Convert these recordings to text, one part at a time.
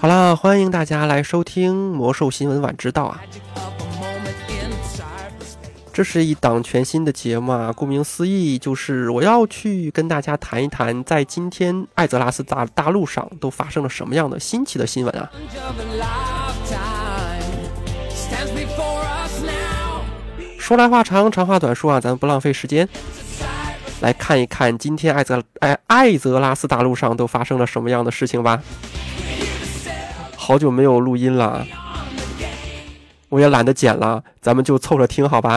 好啦，欢迎大家来收听魔兽新闻晚知道啊。这是一档全新的节目啊，顾名思义，就是我要去跟大家谈一谈，在今天艾泽拉斯大陆上都发生了什么样的新奇的新闻啊。说来话长，长话短说啊，咱们不浪费时间，来看一看今天艾泽拉斯大陆上都发生了什么样的事情吧。好久没有录音了，我也懒得剪了，咱们就凑着听好吧。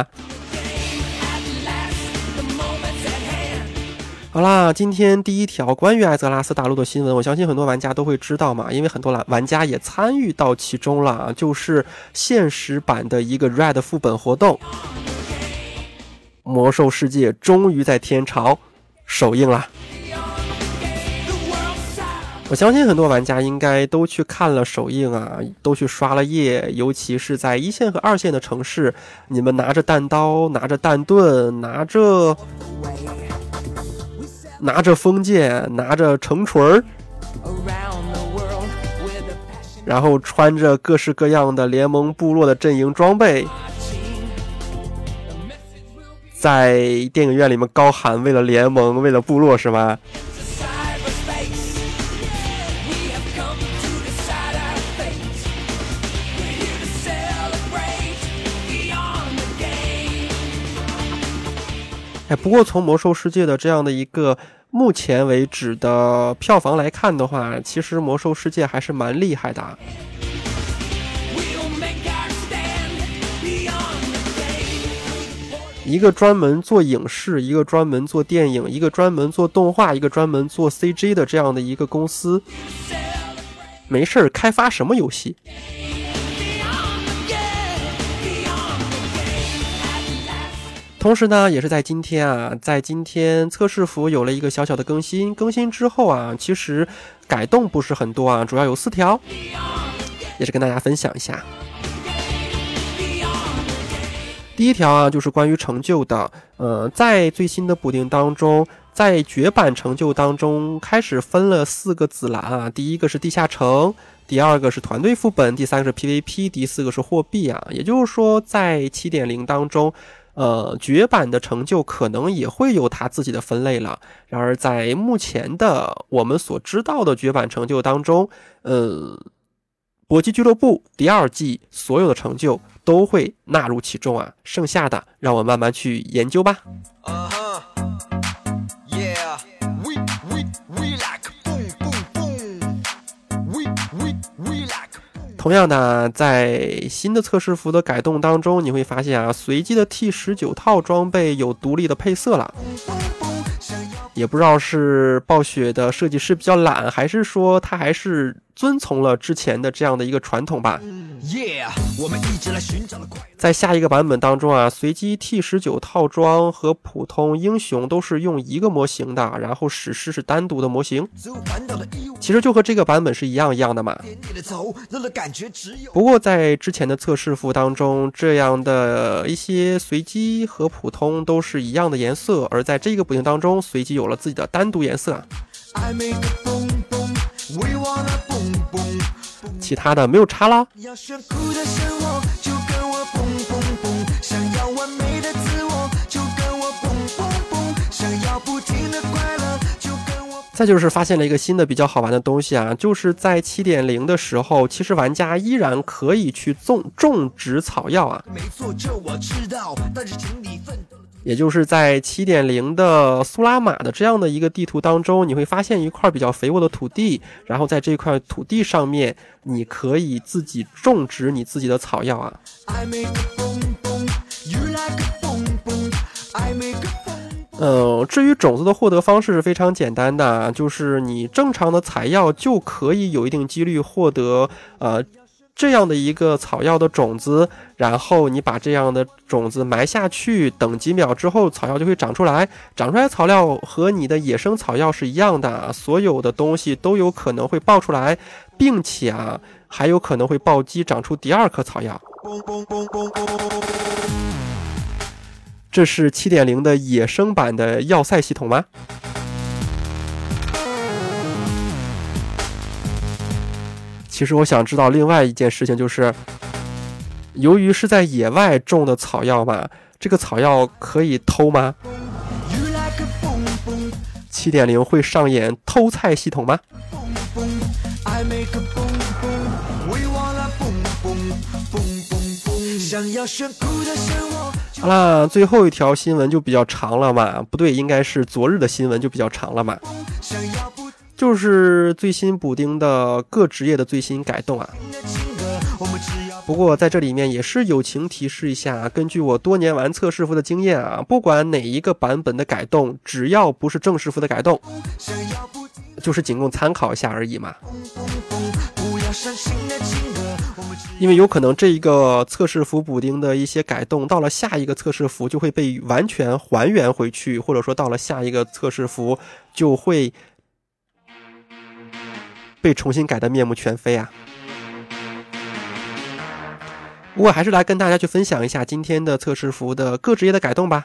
好啦，今天第一条关于艾泽拉斯大陆的新闻，我相信很多玩家都会知道嘛，因为很多玩家也参与到其中了，就是现实版的一个 Red 副本活动，魔兽世界终于在天朝首映了。我相信很多玩家应该都去看了首映啊，都去刷了页，尤其是在1线和2线的城市，你们拿着弹刀，拿着弹盾，拿着锋剑，拿着城锤，然后穿着各式各样的联盟部落的阵营装备，在电影院里面高喊为了联盟，为了部落，是吧？不过从魔兽世界的这样的一个目前为止的票房来看的话，其实魔兽世界还是蛮厉害的。一个专门做影视，一个专门做电影，一个专门做动画，一个专门做 CG 的这样的一个公司，没事开发什么游戏？同时呢，也是在今天测试服有了一个小小的更新之后啊，其实改动不是很多啊，主要有4条，也是跟大家分享一下。第一条啊，就是关于成就的，在最新的补丁当中，在绝版成就当中开始分了4个子栏啊，第一个是地下城，第二个是团队副本，第三个是 PVP， 第4个是货币啊，也就是说在 7.0 当中绝版的成就可能也会有它自己的分类了。然而在目前的我们所知道的绝版成就当中，搏击俱乐部第2季所有的成就都会纳入其中啊，剩下的让我慢慢去研究吧。同样的，在新的测试服的改动当中，你会发现啊，随机的 T19 套装备有独立的配色了。也不知道是暴雪的设计师比较懒，还是说他还是遵从了之前的这样的一个传统吧。在下一个版本当中啊，随机 T19 套装和普通英雄都是用一个模型的，然后史诗是单独的模型，其实就和这个版本是一样的嘛。不过在之前的测试服当中，这样的一些随机和普通都是一样的颜色，而在这个补丁当中，随机有了自己的单独颜色，其他的没有差啦。再就是发现了一个新的比较好玩的东西啊，就是在 7.0 的时候，其实玩家依然可以去种植草药啊。也就是在 7.0 的苏拉玛的这样的一个地图当中，你会发现一块比较肥沃的土地，然后在这块土地上面你可以自己种植你自己的草药啊。至于种子的获得方式是非常简单的，就是你正常的采药就可以有一定几率获得这样的一个草药的种子，然后你把这样的种子埋下去，等几秒之后草药就会长出来。长出来草料和你的野生草药是一样的，所有的东西都有可能会爆出来，并且啊还有可能会暴击长出第2颗草药。这是 7.0 的野生版的要塞系统吗？ 其实我想知道另外一件事情，就是由于是在野外种的草药嘛，这个草药可以偷吗？7.0会上演偷菜系统吗？好啦，最后一条新闻就比较长了嘛，不对，应该是昨日的新闻就比较长了嘛，就是最新补丁的各职业的最新改动啊。不过在这里面也是友情提示一下，根据我多年玩测试服的经验啊，不管哪一个版本的改动，只要不是正式服的改动，就是仅供参考一下而已嘛。因为有可能这一个测试服补丁的一些改动，到了下一个测试服就会被完全还原回去，或者说到了下一个测试服就会被重新改得面目全非啊。不过还是来跟大家去分享一下今天的测试服的各职业的改动吧。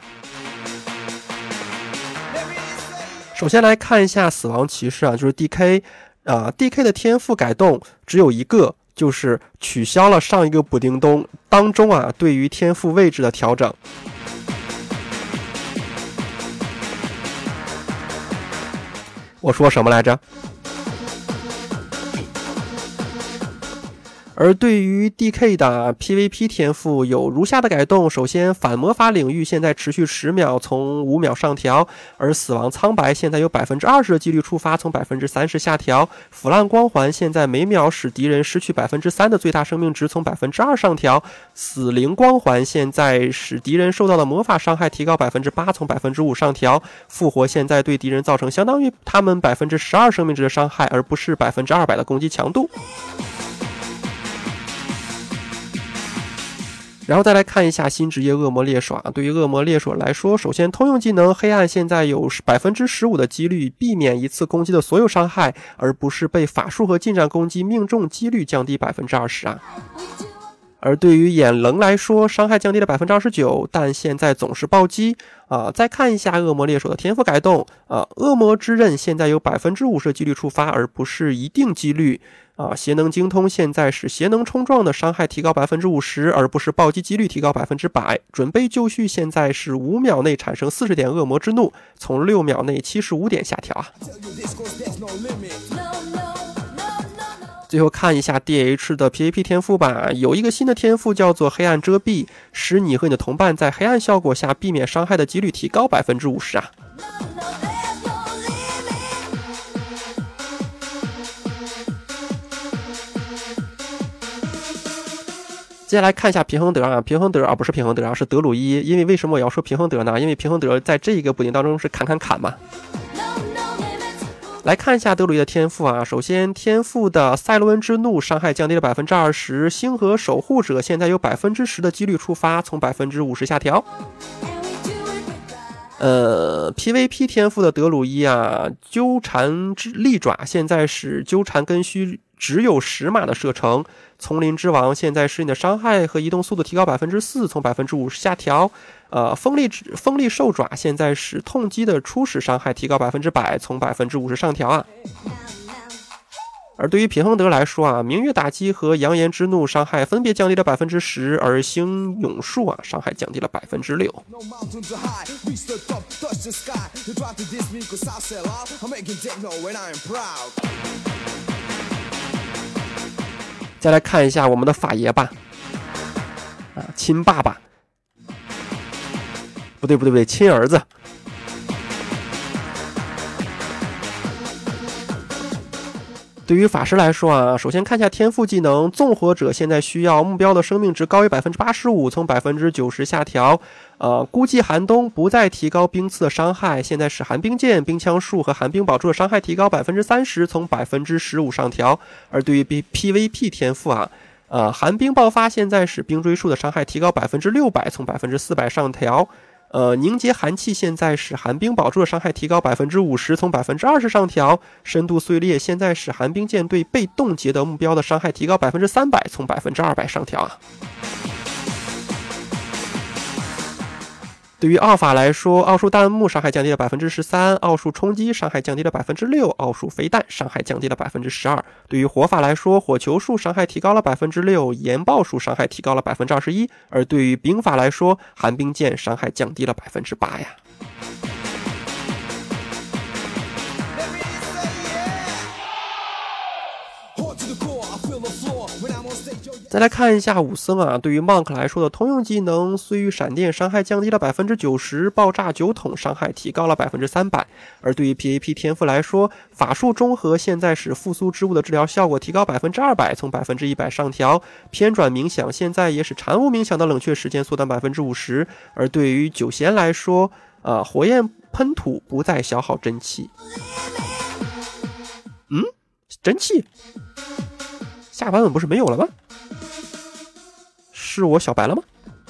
首先来看一下死亡骑士啊，就是 DK 的天赋改动只有一个，就是取消了上一个补丁当中啊对于天赋位置的调整。我说什么来着？而对于 DK 的 PVP 天赋有如下的改动，首先反魔法领域现在持续10秒，从5秒上调，而死亡苍白现在有 20% 的几率触发，从 30% 下调，腐烂光环现在每秒使敌人失去 3% 的最大生命值，从 2% 上调，死灵光环现在使敌人受到的魔法伤害提高 8%， 从 5% 上调，复活现在对敌人造成相当于他们 12% 生命值的伤害，而不是 200% 的攻击强度。然后再来看一下新职业恶魔猎手啊，对于恶魔猎手来说，首先通用技能黑暗现在有 15% 的几率避免一次攻击的所有伤害，而不是被法术和近战攻击命中几率降低 20% 啊。而对于眼棱来说，伤害降低了 29%， 但现在总是暴击再看一下恶魔猎手的天赋改动恶魔之刃现在有 50% 的几率触发，而不是一定几率邪能精通现在使邪能冲撞的伤害提高 50%， 而不是暴击几率提高 100%。 准备就绪现在是5秒内产生40点恶魔之怒，从6秒内75点下调啊。最后看一下 DH 的 PVP 天赋吧，有一个新的天赋叫做黑暗遮蔽，使你和你的同伴在黑暗效果下避免伤害的几率提高 50% 啊。接下来看一下平衡德不是平衡德是德鲁伊。因为为什么我要说平衡德呢？因为平衡德在这个补丁当中是砍嘛。来看一下德鲁伊的天赋啊，首先天赋的赛罗恩之怒伤害降低了 20%， 星河守护者现在有 10% 的几率触发，从 50% 下调。PVP 天赋的德鲁伊啊，纠缠利爪现在使纠缠根须只有10码的射程，丛林之王现在使你的伤害和移动速度提高 4%， 从 50% 下调。锋利兽爪现在使痛击的初始伤害提高 100%， 从 50% 上调啊。而对于平衡德来说啊，明月打击和扬言之怒伤害分别降低了 10%， 而星永术啊伤害降低了 6%。再来看一下我们的法爷吧，亲爸爸，不对，亲儿子。对于法师来说啊，首先看一下天赋技能，纵火者现在需要目标的生命值高于 85%， 从 90% 下调。孤寂寒冬不再提高冰刺的伤害，现在使寒冰剑、冰枪术和寒冰宝珠的伤害提高 30%， 从 15% 上调。而对于 PVP 天赋寒冰爆发现在使冰锥术的伤害提高 600%， 从 400% 上调。凝结寒气现在使寒冰宝珠的伤害提高 50%， 从 20% 上调。深度碎裂现在使寒冰剑对被冻结的目标的伤害提高 300%， 从 200% 上调啊。 对于奥法来说，奥数弹幕伤害降低了13%，奥数冲击伤害降低了6%，奥数飞弹伤害降低了12%。对于火法来说，火球术伤害提高了6%，研爆术伤害提高了21%。而对于兵法来说，寒冰剑伤害降低了8%呀。再来看一下武僧啊，对于 Monk 来说的通用技能碎玉闪电伤害降低了90%，爆炸酒桶伤害提高了300%。而对于 PAP 天赋来说，法术中和现在使复苏之物的治疗效果提高200%，从100%上调。偏转冥想现在也使禅无冥想的冷却时间缩短50%。而对于九贤来说，火焰喷吐不再消耗真气。真气下版本不是没有了吗？是我小白了吗？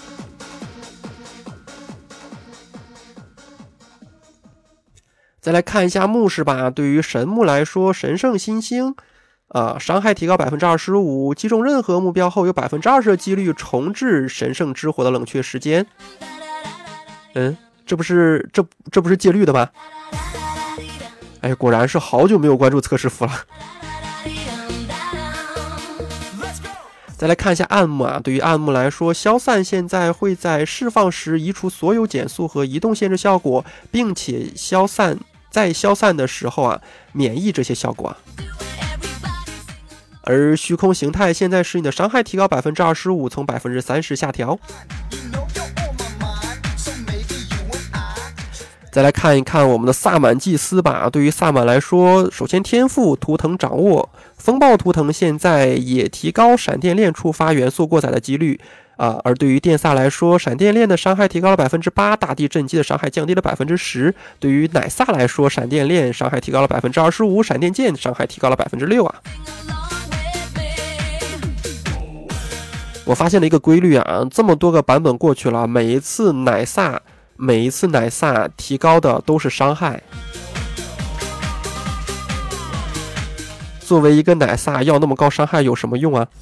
再来看一下牧师吧。对于神木来说，神圣新星伤害提高25%，击中任何目标后有20%的几率重置神圣之火的冷却时间。这不是戒律的吗？哎，果然是好久没有关注测试服了。再来看一下暗幕啊，对于暗幕来说，消散现在会在释放时移除所有减速和移动限制效果，并且在消散的时候免疫这些效果而虚空形态现在使你的伤害提高25%，从30%下调。再来看一看我们的萨满祭司吧。对于萨满来说，首先天赋图腾掌握，风暴图腾现在也提高闪电链触发元素过载的几率而对于电萨来说，闪电链的伤害提高了8%，大地震击的伤害降低了10%。对于奶萨来说，闪电链伤害提高了25%，闪电剑伤害提高了6%我发现了一个规律这么多个版本过去了，每一次奶萨提高的都是伤害。作为一个奶萨，要那么高伤害有什么用啊？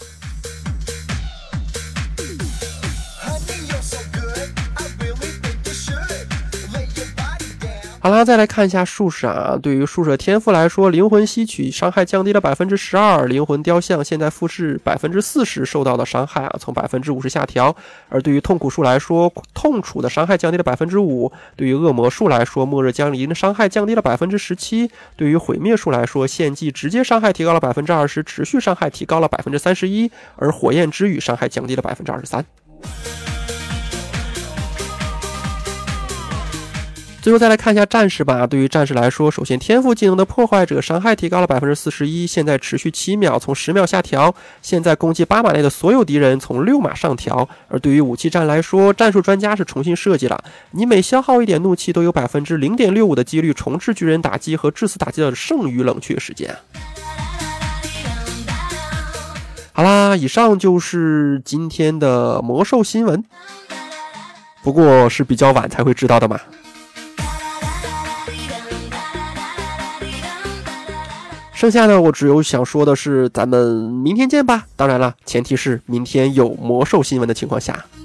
好啦，再来看一下术士对于术士天赋来说，灵魂吸取伤害降低了12%，灵魂雕像现在复制40%受到的伤害从50%下调。而对于痛苦术来说，痛楚的伤害降低了5%。对于恶魔术来说，末日降临的伤害降低了17%。对于毁灭术来说，献祭直接伤害提高了20%，持续伤害提高了31%，而火焰之雨伤害降低了23%。最后再来看一下战士吧。对于战士来说，首先天赋技能的破坏者伤害提高了41%，现在持续7秒，从10秒下调。现在攻击8码内的所有敌人从6码上调。而对于武器战来说，战术专家是重新设计了，你每消耗一点怒气都有0.65%的几率重置巨人打击和致死打击的剩余冷却时间。好啦，以上就是今天的魔兽新闻，不过是比较晚才会知道的嘛。剩下的我只有想说的是，咱们明天见吧。当然了，前提是明天有魔兽新闻的情况下。